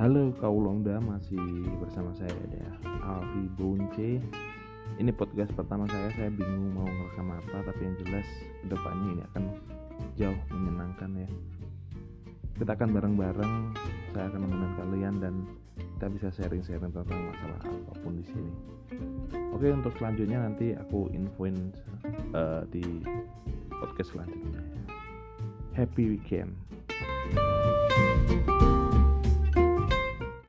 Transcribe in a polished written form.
Halo Kaulongda, masih bersama saya ya, Alfi Bunce. Ini podcast pertama saya bingung mau ngerekam apa, tapi yang jelas kedepannya ini akan jauh menyenangkan ya. Kita akan bareng-bareng, saya akan menemani kalian dan kita bisa sharing-sharing tentang masalah apapun di sini. Oke, untuk selanjutnya nanti aku infoin di podcast selanjutnya. Happy weekend.